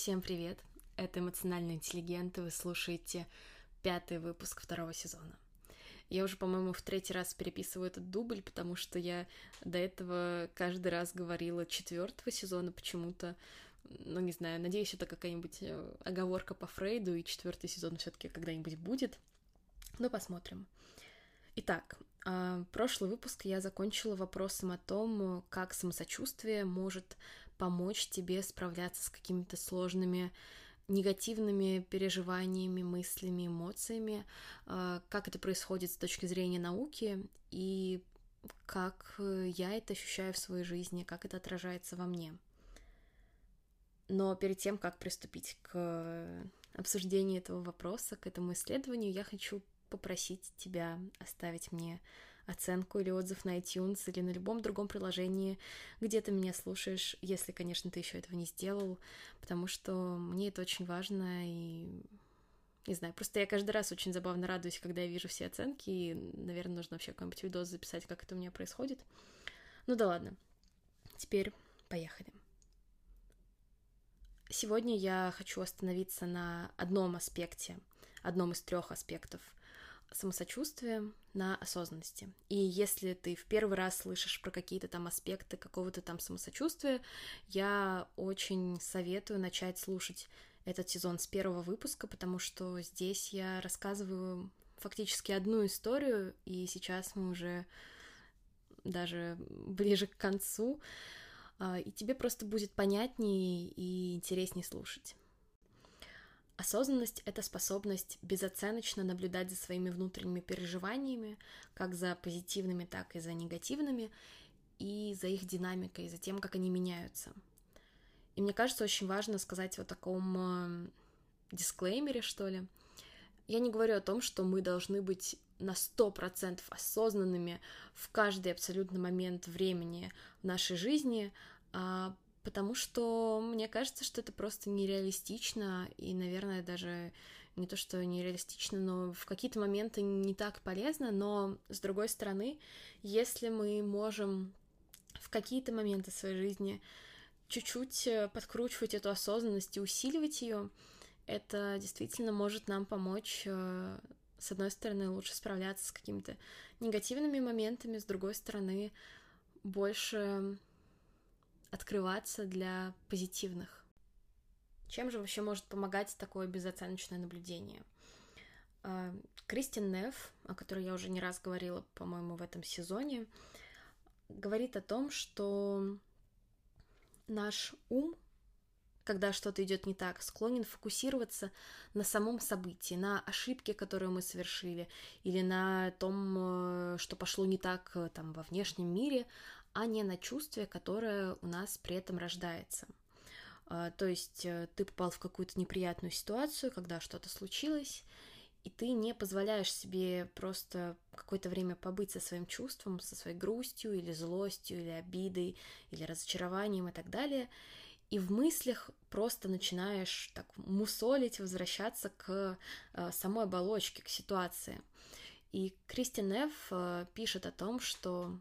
Всем привет! Это «Эмоциональные интеллигенты», вы слушаете 5-й выпуск 2-го сезона. Я уже, по-моему, в 3-й раз переписываю этот дубль, потому что я до этого каждый раз говорила 4-го сезона почему-то. Ну, не знаю, надеюсь, это какая-нибудь оговорка по Фрейду, и 4-й сезон все-таки когда-нибудь будет. Но посмотрим. Итак, прошлый выпуск я закончила вопросом о том, как самосочувствие может помочь тебе справляться с какими-то сложными негативными переживаниями, мыслями, эмоциями, как это происходит с точки зрения науки и как я это ощущаю в своей жизни, как это отражается во мне. Но перед тем, как приступить к обсуждению этого вопроса, к этому исследованию, я хочу попросить тебя оставить мне оценку или отзыв на iTunes или на любом другом приложении, где ты меня слушаешь, если, конечно, ты еще этого не сделал, потому что мне это очень важно, и не знаю, просто я каждый раз очень забавно радуюсь, когда я вижу все оценки, и, наверное, нужно вообще какой-нибудь видос записать, как это у меня происходит. Ну да ладно, теперь поехали. Сегодня я хочу остановиться на одном аспекте, одном из 3 аспектов самосочувствия, на осознанности. И если ты в первый раз слышишь про какие-то там аспекты какого-то там самосочувствия, я очень советую начать слушать этот сезон с 1-го выпуска, потому что здесь я рассказываю фактически одну историю, и сейчас мы уже даже ближе к концу, и тебе просто будет понятнее и интереснее слушать. Осознанность — это способность безоценочно наблюдать за своими внутренними переживаниями, как за позитивными, так и за негативными, и за их динамикой, за тем, как они меняются. И мне кажется, очень важно сказать о таком дисклеймере, что ли. Я не говорю о том, что мы должны быть на 100% осознанными в каждый абсолютно момент времени в нашей жизни, потому что мне кажется, что это просто нереалистично, и, наверное, даже не то, что нереалистично, но в какие-то моменты не так полезно, но, с другой стороны, если мы можем в какие-то моменты своей жизни чуть-чуть подкручивать эту осознанность и усиливать ее, это действительно может нам помочь, с одной стороны, лучше справляться с какими-то негативными моментами, с другой стороны, больше открываться для позитивных. Чем же вообще может помогать такое безоценочное наблюдение? Кристин Нефф, о которой я уже не раз говорила, по-моему, в этом сезоне, говорит о том, что наш ум, когда что-то идет не так, склонен фокусироваться на самом событии, на ошибке, которую мы совершили, или на том, что пошло не так там во внешнем мире, а не на чувстве, которое у нас при этом рождается. То есть ты попал в какую-то неприятную ситуацию, когда что-то случилось, и ты не позволяешь себе просто какое-то время побыть со своим чувством, со своей грустью или злостью, или обидой, или разочарованием и так далее, и в мыслях просто начинаешь так мусолить, возвращаться к самой оболочке, к ситуации. И Кристин Нефф пишет о том, что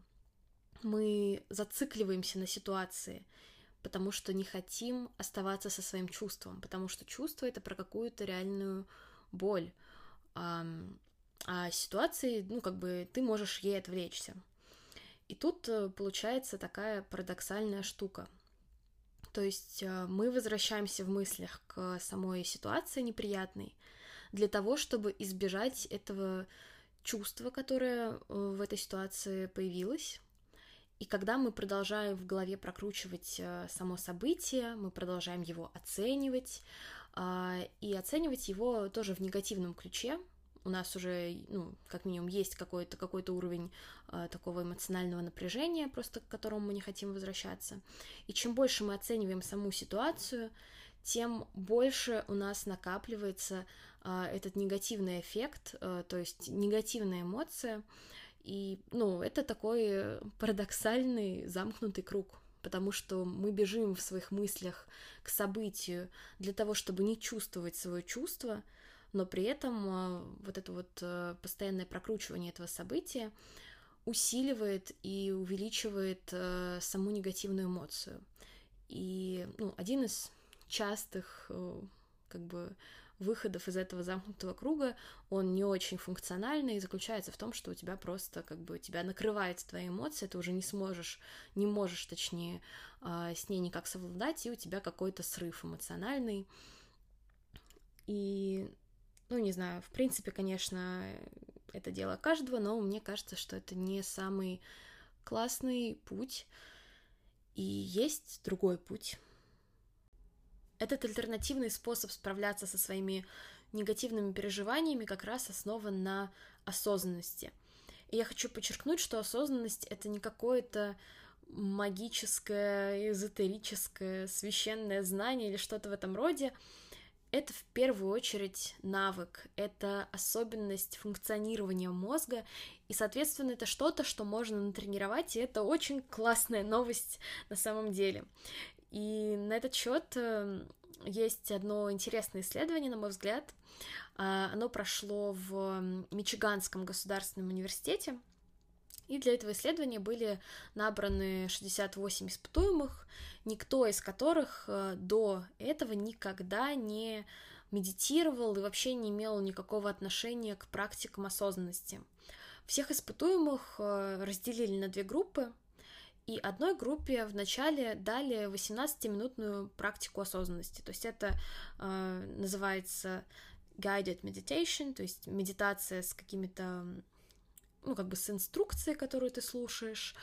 мы зацикливаемся на ситуации, потому что не хотим оставаться со своим чувством, потому что чувство — это про какую-то реальную боль, а ситуации, ты можешь ей отвлечься. И тут получается такая парадоксальная штука. То есть мы возвращаемся в мыслях к самой ситуации неприятной для того, чтобы избежать этого чувства, которое в этой ситуации появилось. И когда мы продолжаем в голове прокручивать само событие, мы продолжаем его оценивать, и оценивать его тоже в негативном ключе. У нас уже, как минимум, есть какой-то уровень такого эмоционального напряжения, просто к которому мы не хотим возвращаться. И чем больше мы оцениваем саму ситуацию, тем больше у нас накапливается этот негативный эффект, то есть негативная эмоция. И, это такой парадоксальный замкнутый круг, потому что мы бежим в своих мыслях к событию для того, чтобы не чувствовать свое чувство, но при этом вот это вот постоянное прокручивание этого события усиливает и увеличивает саму негативную эмоцию. И один из частых как бы выходов из этого замкнутого круга, он не очень функциональный и заключается в том, что у тебя просто как бы тебя накрывает твои эмоции, ты уже не можешь, точнее, с ней никак совладать, и у тебя какой-то срыв эмоциональный. И, ну, не знаю, в принципе, конечно, это дело каждого, но мне кажется, что это не самый классный путь, и есть другой путь. Этот альтернативный способ справляться со своими негативными переживаниями как раз основан на осознанности. И я хочу подчеркнуть, что осознанность — это не какое-то магическое, эзотерическое, священное знание или что-то в этом роде. Это в первую очередь навык, это особенность функционирования мозга, и, соответственно, это что-то, что можно натренировать, и это очень классная новость на самом деле. И на этот счет есть одно интересное исследование, на мой взгляд. Оно прошло в Мичиганском государственном университете, и для этого исследования были набраны 68 испытуемых, никто из которых до этого никогда не медитировал и вообще не имел никакого отношения к практикам осознанности. Всех испытуемых разделили на две группы, и одной группе вначале дали 18-минутную практику осознанности. То есть это называется guided meditation, то есть медитация с какими-то, ну, как бы с инструкцией, которую ты слушаешь.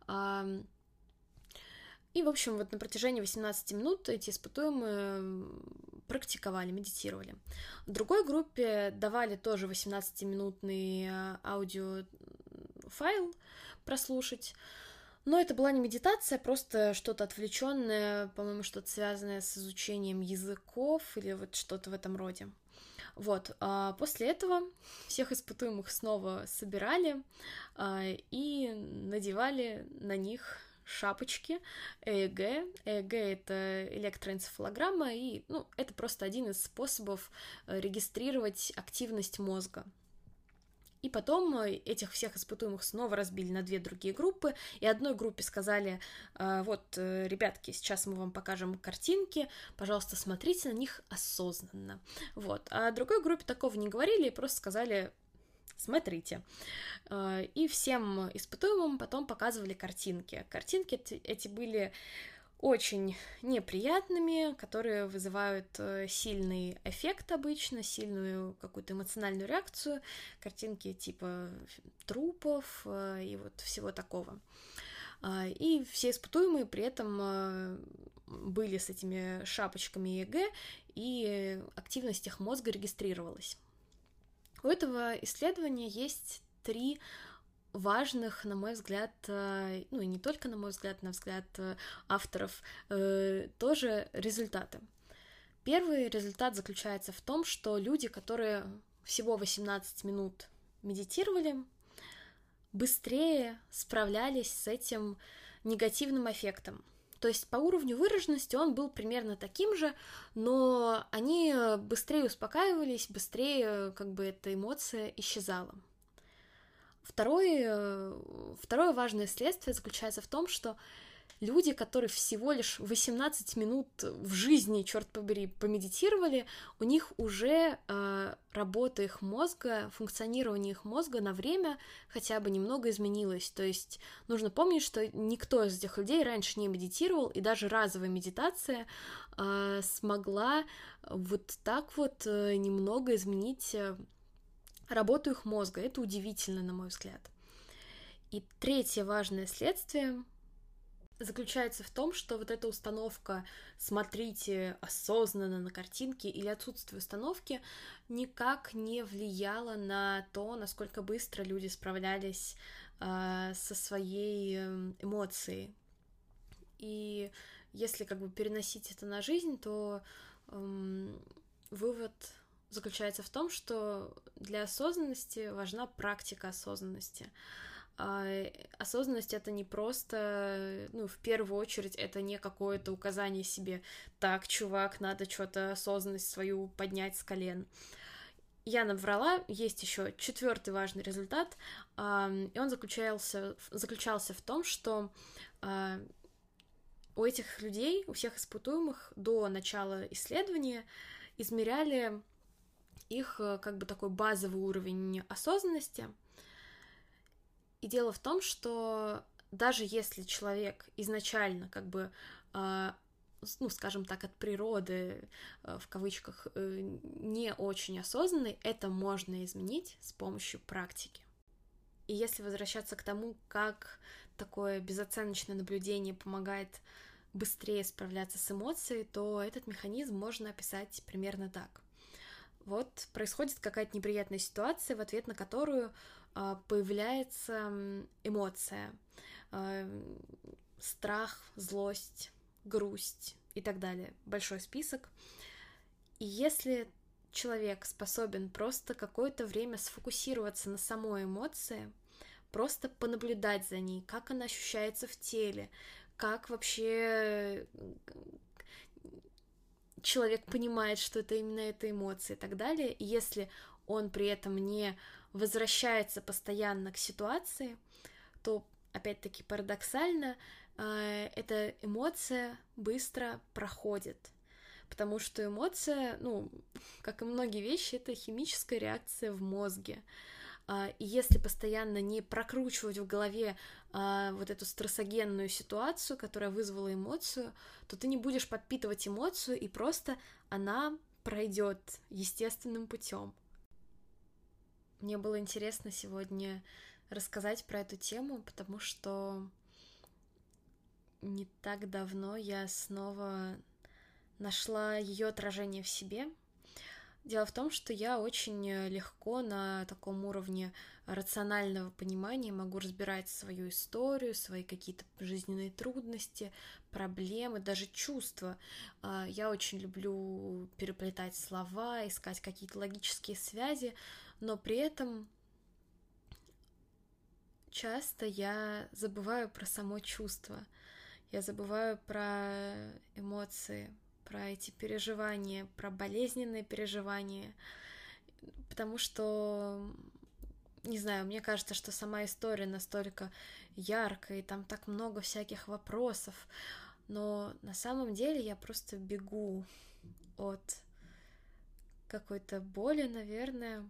И, в общем, вот на протяжении 18 минут эти испытуемые практиковали, медитировали. В другой группе давали тоже 18-минутный аудиофайл прослушать, но это была не медитация, просто что-то отвлеченное, по-моему, что-то связанное с изучением языков или вот что-то в этом роде. Вот, а после этого всех испытуемых снова собирали и надевали на них шапочки ЭЭГ. ЭЭГ — это электроэнцефалограмма, и, ну, это просто один из способов регистрировать активность мозга. И потом этих всех испытуемых снова разбили на две другие группы, и одной группе сказали: вот, ребятки, сейчас мы вам покажем картинки, пожалуйста, смотрите на них осознанно. Вот. А другой группе такого не говорили, просто сказали: смотрите. И всем испытуемым потом показывали картинки. Картинки эти были очень неприятными, которые вызывают сильный эффект обычно, сильную какую-то эмоциональную реакцию, картинки типа трупов и вот всего такого. И все испытуемые при этом были с этими шапочками ЕЭГ, и активность их мозга регистрировалась. У этого исследования есть 3 важных, на мой взгляд, ну и не только на мой взгляд, на взгляд авторов, тоже результаты. Первый результат заключается в том, что люди, которые всего 18 минут медитировали, быстрее справлялись с этим негативным эффектом. То есть по уровню выраженности он был примерно таким же, но они быстрее успокаивались, быстрее как бы эта эмоция исчезала. Второе важное следствие заключается в том, что люди, которые всего лишь 18 минут в жизни, черт побери, помедитировали, у них уже работа их мозга, функционирование их мозга на время хотя бы немного изменилось. То есть нужно помнить, что никто из этих людей раньше не медитировал, и даже разовая медитация смогла вот так вот немного изменить работу их мозга. Это удивительно, на мой взгляд. И третье важное следствие заключается в том, что вот эта установка «смотрите осознанно на картинки» или отсутствие установки никак не влияло на то, насколько быстро люди справлялись со своей эмоцией. И если как бы переносить это на жизнь, то вывод заключается в том, что для осознанности важна практика осознанности. Осознанность — это не просто, ну, в первую очередь, это не какое-то указание себе: так, чувак, надо что-то осознанность свою поднять с колен. Я наврала, есть еще 4-й важный результат, и он заключался в том, что у этих людей, у всех испытуемых до начала исследования измеряли их как бы такой базовый уровень осознанности. И дело в том, что даже если человек изначально как бы, скажем так, от природы, в кавычках, не очень осознанный, это можно изменить с помощью практики. И если возвращаться к тому, как такое безоценочное наблюдение помогает быстрее справляться с эмоцией, то этот механизм можно описать примерно так. Вот происходит какая-то неприятная ситуация, в ответ на которую появляется эмоция, страх, злость, грусть и так далее. Большой список. И если человек способен просто какое-то время сфокусироваться на самой эмоции, просто понаблюдать за ней, как она ощущается в теле, как вообще человек понимает, что это именно эта эмоция и так далее, и если он при этом не возвращается постоянно к ситуации, то, опять-таки, парадоксально, эта эмоция быстро проходит, потому что эмоция, как и многие вещи, это химическая реакция в мозге. И если постоянно не прокручивать в голове вот эту стрессогенную ситуацию, которая вызвала эмоцию, то ты не будешь подпитывать эмоцию, и просто она пройдет естественным путем. Мне было интересно сегодня рассказать про эту тему, потому что не так давно я снова нашла ее отражение в себе. Дело в том, что я очень легко на таком уровне рационального понимания могу разбирать свою историю, свои какие-то жизненные трудности, проблемы, даже чувства. Я очень люблю переплетать слова, искать какие-то логические связи, но при этом часто я забываю про само чувство, я забываю про эмоции, про эти переживания, про болезненные переживания, потому что, не знаю, мне кажется, что сама история настолько яркая, и там так много всяких вопросов, но на самом деле я просто бегу от какой-то боли, наверное,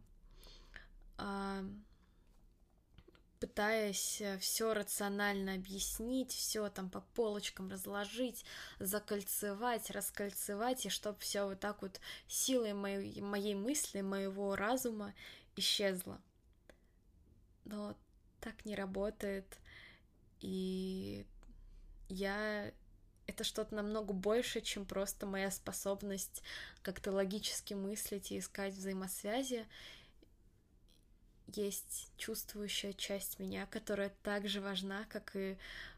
пытаясь все рационально объяснить, все там по полочкам разложить, закольцевать, раскольцевать, и чтобы все вот так вот силой моей мысли, моего разума исчезло. Но так не работает, и это что-то намного больше, чем просто моя способность как-то логически мыслить и искать взаимосвязи. Есть чувствующая часть меня, которая так же важна, как и,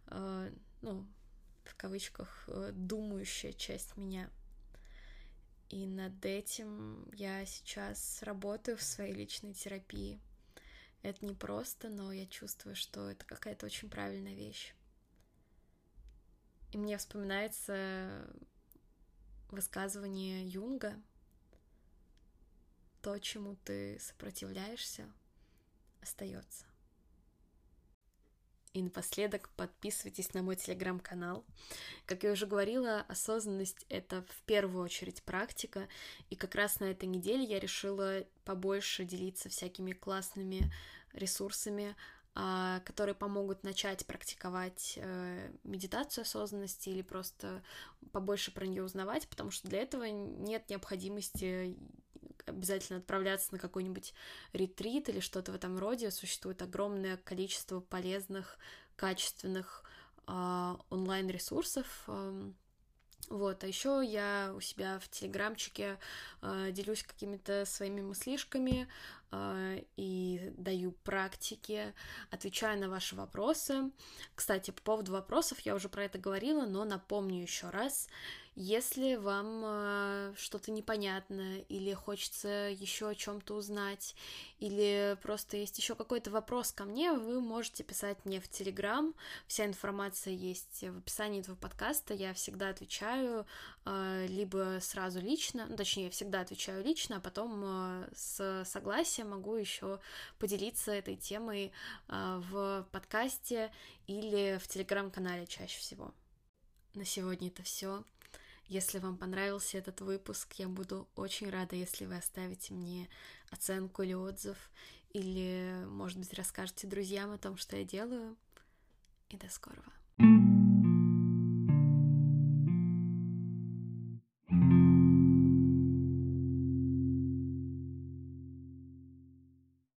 в кавычках, думающая часть меня. И над этим я сейчас работаю в своей личной терапии. Это не просто, но я чувствую, что это какая-то очень правильная вещь. И мне вспоминается высказывание Юнга: то, чему ты сопротивляешься, остается. И напоследок подписывайтесь на мой телеграм-канал. Как я уже говорила, осознанность — это в первую очередь практика, и как раз на этой неделе я решила побольше делиться всякими классными ресурсами, которые помогут начать практиковать медитацию осознанности или просто побольше про нее узнавать, потому что для этого нет необходимости обязательно отправляться на какой-нибудь ретрит или что-то в этом роде. Существует огромное количество полезных, качественных онлайн-ресурсов. Вот, а еще я у себя в телеграмчике делюсь какими-то своими мыслишками и даю практики, отвечаю на ваши вопросы. Кстати, по поводу вопросов я уже про это говорила, но напомню еще раз. Если вам что-то непонятно, или хочется еще о чем-то узнать, или просто есть еще какой-то вопрос ко мне, вы можете писать мне в Телеграм. Вся информация есть в описании этого подкаста. Я всегда отвечаю либо сразу лично, точнее, всегда отвечаю лично, а потом с согласия могу еще поделиться этой темой в подкасте или в Телеграм-канале чаще всего. на сегодня это все. Если вам понравился этот выпуск, я буду очень рада, если вы оставите мне оценку или отзыв, или, может быть, расскажете друзьям о том, что я делаю. И до скорого.